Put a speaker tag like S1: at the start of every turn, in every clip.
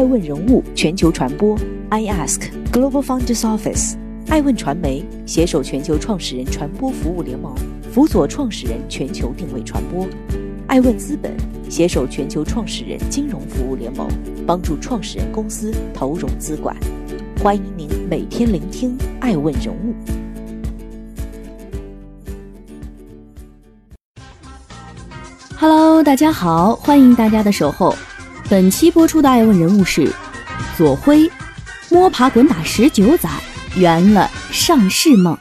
S1: 爱问人物全球传播 iAsk Global Founders Office， 爱问传媒携手全球创始人传播服务联盟，辅佐创始人全球定位传播。爱问资本携手全球创始人金融服务联盟，帮助创始人公司投融资管。欢迎您每天聆听爱问人物。
S2: Hello， 大家好，欢迎大家的守候。本期播出的爱问人物是左晖，摸爬滚打19载，圆了上市梦。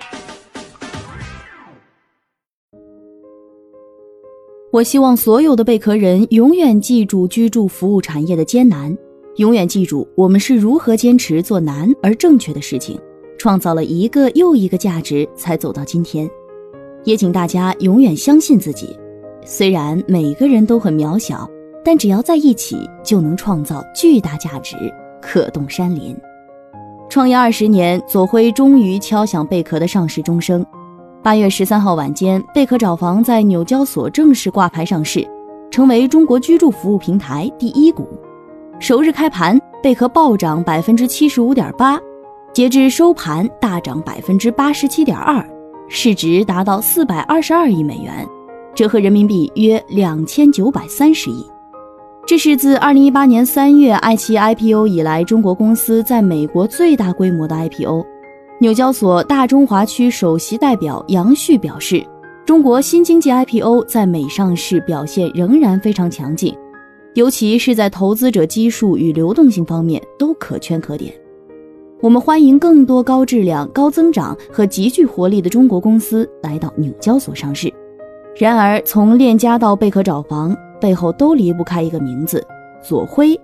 S2: 我希望所有的贝壳人永远记住居住服务产业的艰难，永远记住我们是如何坚持做难而正确的事情，创造了一个又一个价值才走到今天。也请大家永远相信自己，虽然每个人都很渺小，但只要在一起就能创造巨大价值，可动山林。创业20年，左晖终于敲响贝壳的上市钟声。8月13号晚间，贝壳找房在纽交所正式挂牌上市，成为中国居住服务平台第1股。首日开盘，贝壳暴涨 75.8%， 截至收盘大涨 87.2%， 市值达到422亿美元，折合人民币约2930亿。这是自2018年3月爱奇艺 IPO 以来中国公司在美国最大规模的 IPO。纽交所大中华区首席代表杨旭表示，中国新经济 IPO 在美上市表现仍然非常强劲，尤其是在投资者基数与流动性方面都可圈可点。我们欢迎更多高质量、高增长和极具活力的中国公司来到纽交所上市。然而，从链家到贝壳找房，背后都离不开一个名字：左晖。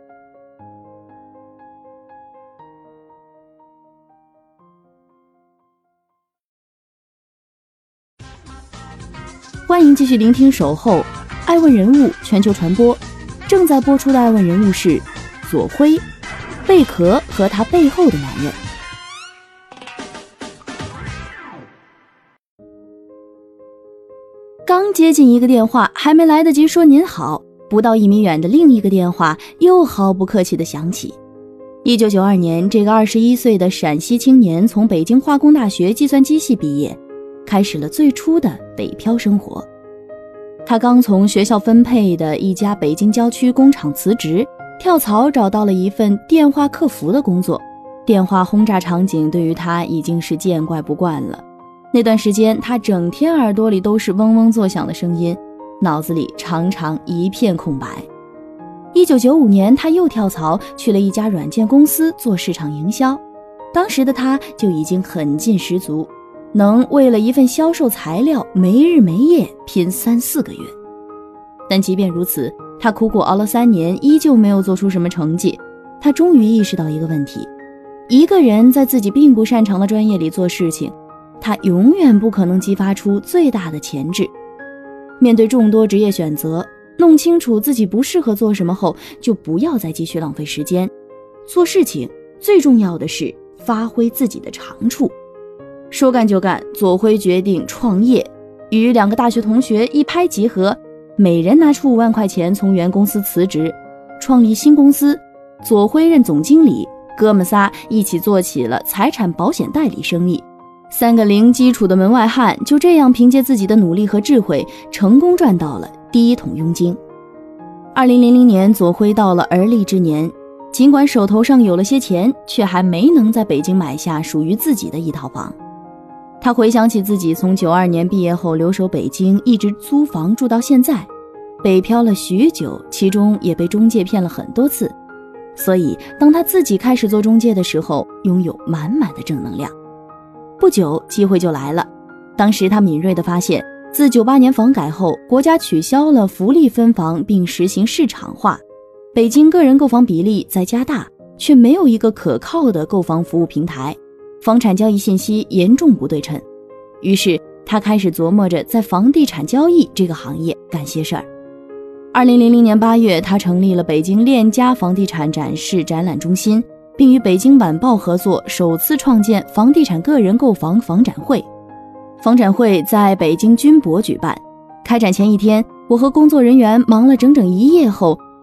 S2: 欢迎继续聆听守候爱问人物全球传播，正在播出的爱问人物是左晖，贝壳和他背后的男人。刚接进一个电话，还没来得及说您好，不到1米远的另一个电话又毫不客气地响起。1992年，这个21岁的陕西青年从北京化工大学计算机系毕业，开始了最初的北漂生活。他刚从学校分配的一家北京郊区工厂辞职，跳槽找到了一份电话客服的工作。电话轰炸场景对于他已经是见怪不怪了。那段时间，他整天耳朵里都是嗡嗡作响的声音，脑子里常常一片空白。1995年，他又跳槽去了一家软件公司做市场营销。当时的他就已经狠劲十足，能为了一份销售材料没日没夜拼3-4个月。但即便如此，他苦苦熬了3年，依旧没有做出什么成绩。他终于意识到一个问题：一个人在自己并不擅长的专业里做事情，他永远不可能激发出最大的潜质。面对众多职业选择，弄清楚自己不适合做什么后，就不要再继续浪费时间。做事情最重要的是发挥自己的长处。说干就干，左晖决定创业，与2个大学同学一拍即合，每人拿出5万块钱从原公司辞职，创立新公司。左晖任总经理，哥们仨一起做起了财产保险代理生意。3个零基础的门外汉就这样凭借自己的努力和智慧，成功赚到了第1桶佣金。2000年，左晖到了而立之年，尽管手头上有了些钱，却还没能在北京买下属于自己的一套房。他回想起自己从92年毕业后留守北京，一直租房住到现在，北漂了许久，其中也被中介骗了很多次。所以当他自己开始做中介的时候，拥有满满的正能量。不久，机会就来了。当时他敏锐地发现，自98年房改后，国家取消了福利分房并实行市场化，北京个人购房比例在加大，却没有一个可靠的购房服务平台，房产交易信息严重不对称。于是他开始琢磨着在房地产交易这个行业干些事儿。2000年8月，他成立了北京链家房地产展示展览中心，并与北京晚报合作，首次创建房地产个人购房房展会。房展会在北京军博举办，开展前一天，我和工作人员忙了整整1夜后，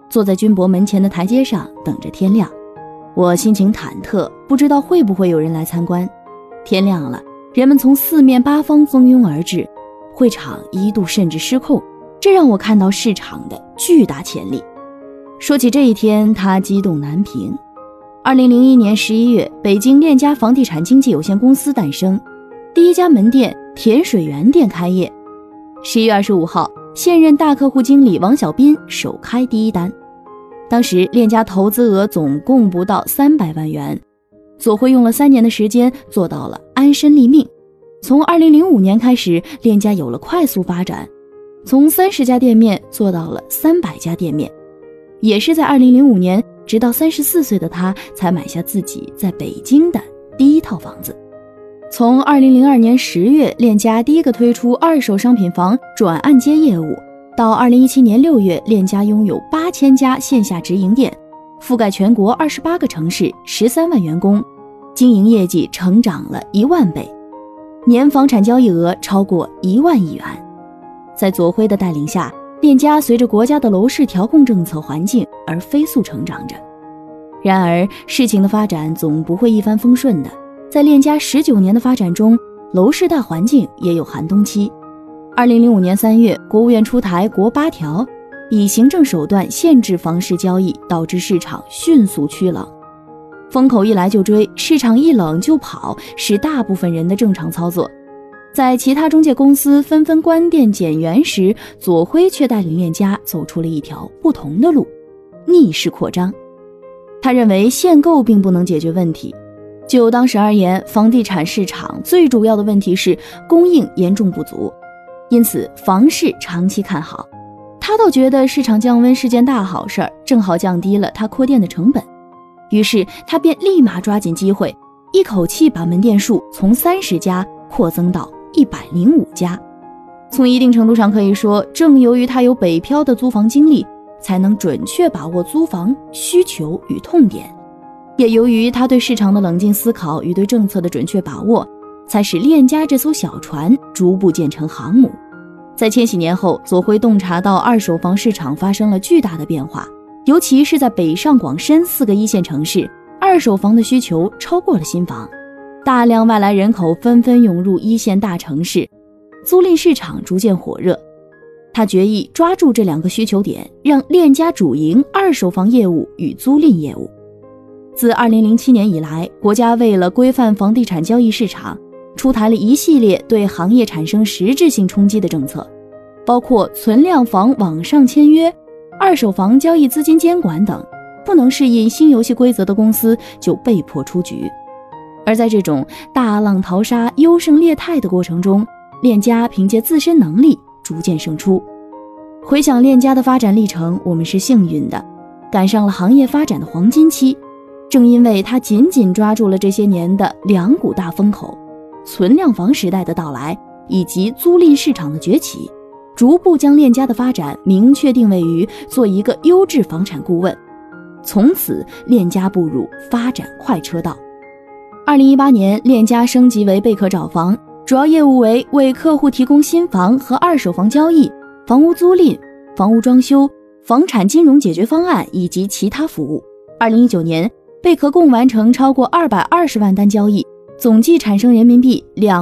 S2: 坐在军博门前的台阶上等着天亮。我心情忐忑，不知道会不会有人来参观。天亮了，人们从四面八方蜂拥而至，会场一度甚至失控，这让我看到市场的巨大潜力。说起这一天，他激动难平。2001年11月，北京链家房地产经纪有限公司诞生，第一家门店甜水园店开业。11月25号，现任大客户经理王小斌首开第一单。当时链家投资额总共不到300万元，左晖用了3年的时间做到了安身立命。从2005年开始，链家有了快速发展，从30家店面做到了300家店面。也是在2005年，直到34岁的他才买下自己在北京的第一套房子。从2002年10月，链家第一个推出二手商品房转按揭业务，到2017年6月，链家拥有8000家线下直营店，覆盖全国28个城市，13万员工，经营业绩成长了1万倍，年房产交易额超过1万亿元。在左晖的带领下，链家随着国家的楼市调控政策环境而飞速成长着。然而，事情的发展总不会一帆风顺的，在链家19年的发展中，楼市大环境也有寒冬期。2005年3月，国务院出台国8条，以行政手段限制房市交易，导致市场迅速趋冷。风口一来就追，市场一冷就跑，是大部分人的正常操作。在其他中介公司纷纷关店减员时，左晖却带领链家走出了一条不同的路，逆势扩张。他认为限购并不能解决问题。就当时而言，房地产市场最主要的问题是供应严重不足，因此房市长期看好。他倒觉得市场降温是件大好事儿，正好降低了他扩店的成本。于是他便立马抓紧机会，一口气把门店数从30家扩增到105家。从一定程度上可以说，正由于他有北漂的租房经历，才能准确把握租房需求与痛点。也由于他对市场的冷静思考与对政策的准确把握，才使链家这艘小船逐步建成航母。在千禧年后，左晖洞察到二手房市场发生了巨大的变化，尤其是在北上广深4个一线城市，二手房的需求超过了新房，大量外来人口纷纷涌入一线大城市，租赁市场逐渐火热。他决意抓住这2个需求点，让链家主营二手房业务与租赁业务。自2007年以来，国家为了规范房地产交易市场，出台了一系列对行业产生实质性冲击的政策，包括存量房网上签约、二手房交易资金监管等，不能适应新游戏规则的公司就被迫出局。而在这种大浪淘沙、优胜劣汰的过程中，链家凭借自身能力逐渐胜出。回想链家的发展历程，我们是幸运的，赶上了行业发展的黄金期。正因为他紧紧抓住了这些年的2股大风口，存量房时代的到来以及租赁市场的崛起，逐步将链家的发展明确定位于做一个优质房产顾问。从此，链家步入发展快车道。2018年，链家升级为贝壳找房，主要业务为客户提供新房和二手房交易、房屋租赁、房屋装修、房产金融解决方案以及其他服务。2019年，贝壳共完成超过220万单交易，总计产生人民币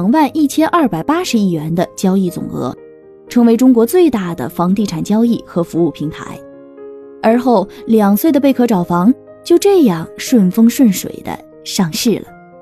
S2: 21280亿元的交易总额，成为中国最大的房地产交易和服务平台。而后2岁的贝壳找房就这样顺风顺水地上市了。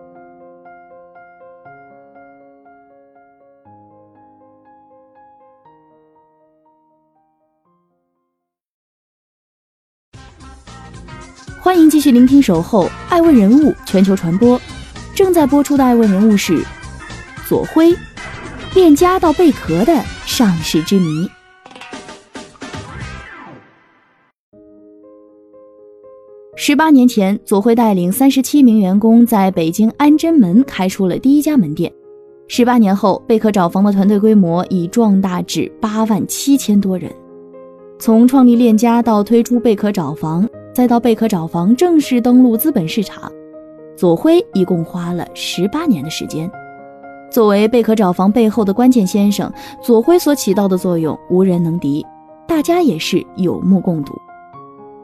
S2: 欢迎继续聆听守候爱问人物全球传播，正在播出的爱问人物是左晖，链家到贝壳的上市之谜。18年前，左晖带领37名员工在北京安贞门开出了第一家门店。18年后，贝壳找房的团队规模已壮大至87000多人。从创立链家到推出贝壳找房，再到贝壳找房正式登陆资本市场，左晖一共花了18年的时间。作为贝壳找房背后的关键先生，左晖所起到的作用无人能敌，大家也是有目共睹。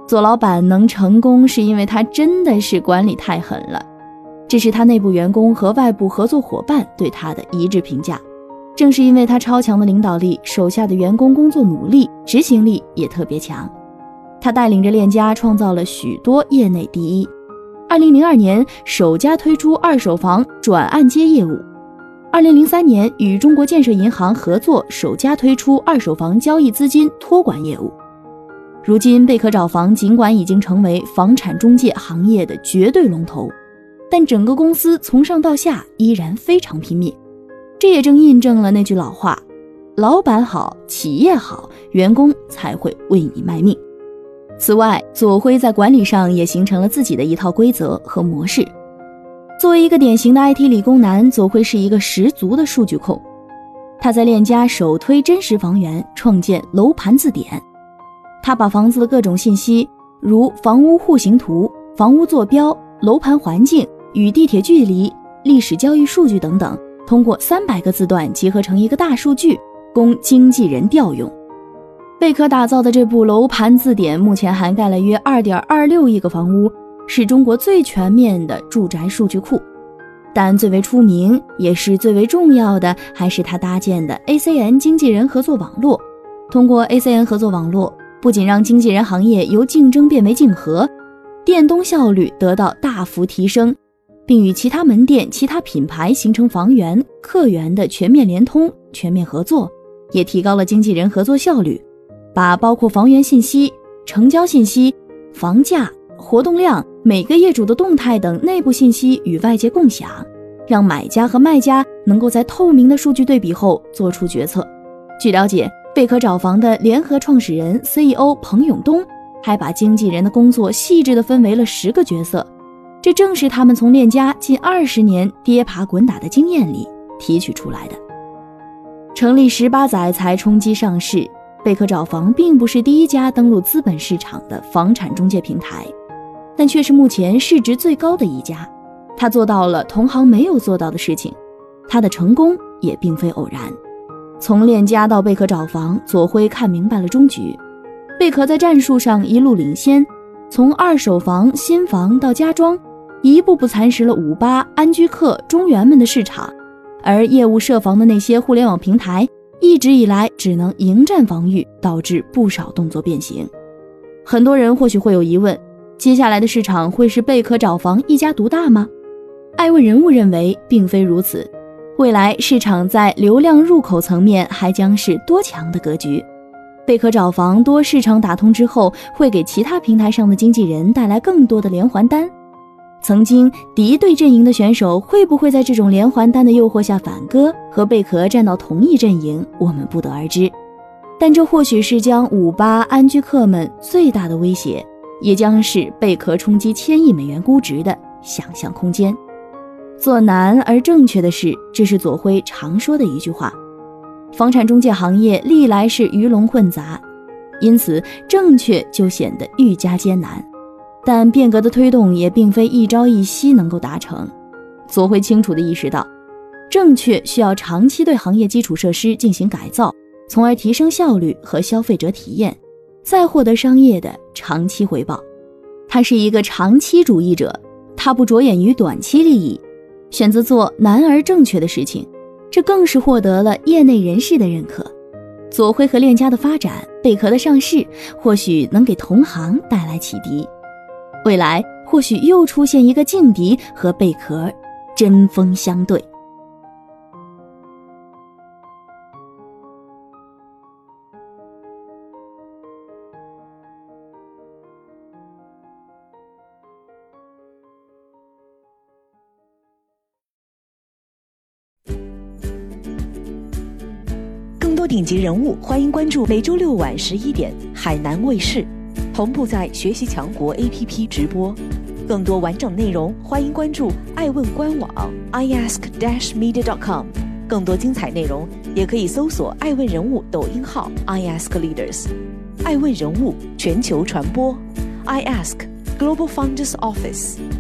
S2: 做老板能成功是因为他真的是管理太狠了，这是他内部员工和外部合作伙伴对他的一致评价。正是因为他超强的领导力，手下的员工工作努力，执行力也特别强。他带领着链家创造了许多业内第一。2002年首家推出二手房转按揭业务，2003年与中国建设银行合作首家推出二手房交易资金托管业务。如今贝壳找房尽管已经成为房产中介行业的绝对龙头，但整个公司从上到下依然非常拼命。这也正印证了那句老话，老板好，企业好，员工才会为你卖命。此外，左晖在管理上也形成了自己的一套规则和模式。作为一个典型的 IT 理工男，左晖是一个十足的数据控。他在链家首推真实房源，创建楼盘字典。他把房子的各种信息，如房屋户型图、房屋坐标、楼盘环境、与地铁距离、历史交易数据等等，通过300个字段结合成一个大数据，供经纪人调用。贝壳打造的这部楼盘字典目前涵盖了约 2.26 亿个房屋，是中国最全面的住宅数据库。但最为出名也是最为重要的，还是他搭建的 ACN 经纪人合作网络。通过 ACN 合作网络，不仅让经纪人行业由竞争变为竞合，店东效率得到大幅提升，并与其他门店、其他品牌形成房源、客源的全面联通、全面合作，也提高了经纪人合作效率，把包括房源信息、成交信息、房价、活动量、每个业主的动态等内部信息与外界共享，让买家和卖家能够在透明的数据对比后做出决策。据了解，贝壳找房的联合创始人 CEO 彭永东还把经纪人的工作细致地分为了10个角色，这正是他们从链家近20年跌爬滚打的经验里提取出来的。成立18载才冲击上市，贝壳找房并不是第一家登陆资本市场的房产中介平台，但却是目前市值最高的一家。他做到了同行没有做到的事情，他的成功也并非偶然。从链家到贝壳找房，左晖看明白了终局。贝壳在战术上一路领先，从二手房、新房到家装，一步步蚕食了58、安居客、中原们的市场，而业务涉房的那些互联网平台一直以来只能迎战防御，导致不少动作变形。很多人或许会有疑问，接下来的市场会是贝壳找房一家独大吗？爱问人物认为并非如此，未来市场在流量入口层面还将是多强的格局。贝壳找房多市场打通之后，会给其他平台上的经纪人带来更多的连环单。曾经敌对阵营的选手会不会在这种连环单的诱惑下反戈，和贝壳站到同一阵营，我们不得而知。但这或许是将58、安居客们最大的威胁，也将是贝壳冲击1000亿美元估值的想象空间。做难而正确的事，这是左晖常说的一句话。房产中介行业历来是鱼龙混杂，因此正确就显得愈加艰难。但变革的推动也并非一朝一夕能够达成。左晖清楚地意识到，正确需要长期对行业基础设施进行改造，从而提升效率和消费者体验，再获得商业的长期回报。他是一个长期主义者，他不着眼于短期利益，选择做难而正确的事情，这更是获得了业内人士的认可。左晖和链家的发展，贝壳的上市，或许能给同行带来启迪。未来或许又出现一个劲敌和贝壳针锋相对。
S1: 更多顶级人物，欢迎关注每周6晚11点海南卫视，同步在学习强国 APP 直播。更多完整内容，欢迎关注爱问官网 iask-media.com。更多精彩内容，也可以搜索爱问人物抖音号 iaskleaders。爱问人物全球传播 iAsk Global Founders Office。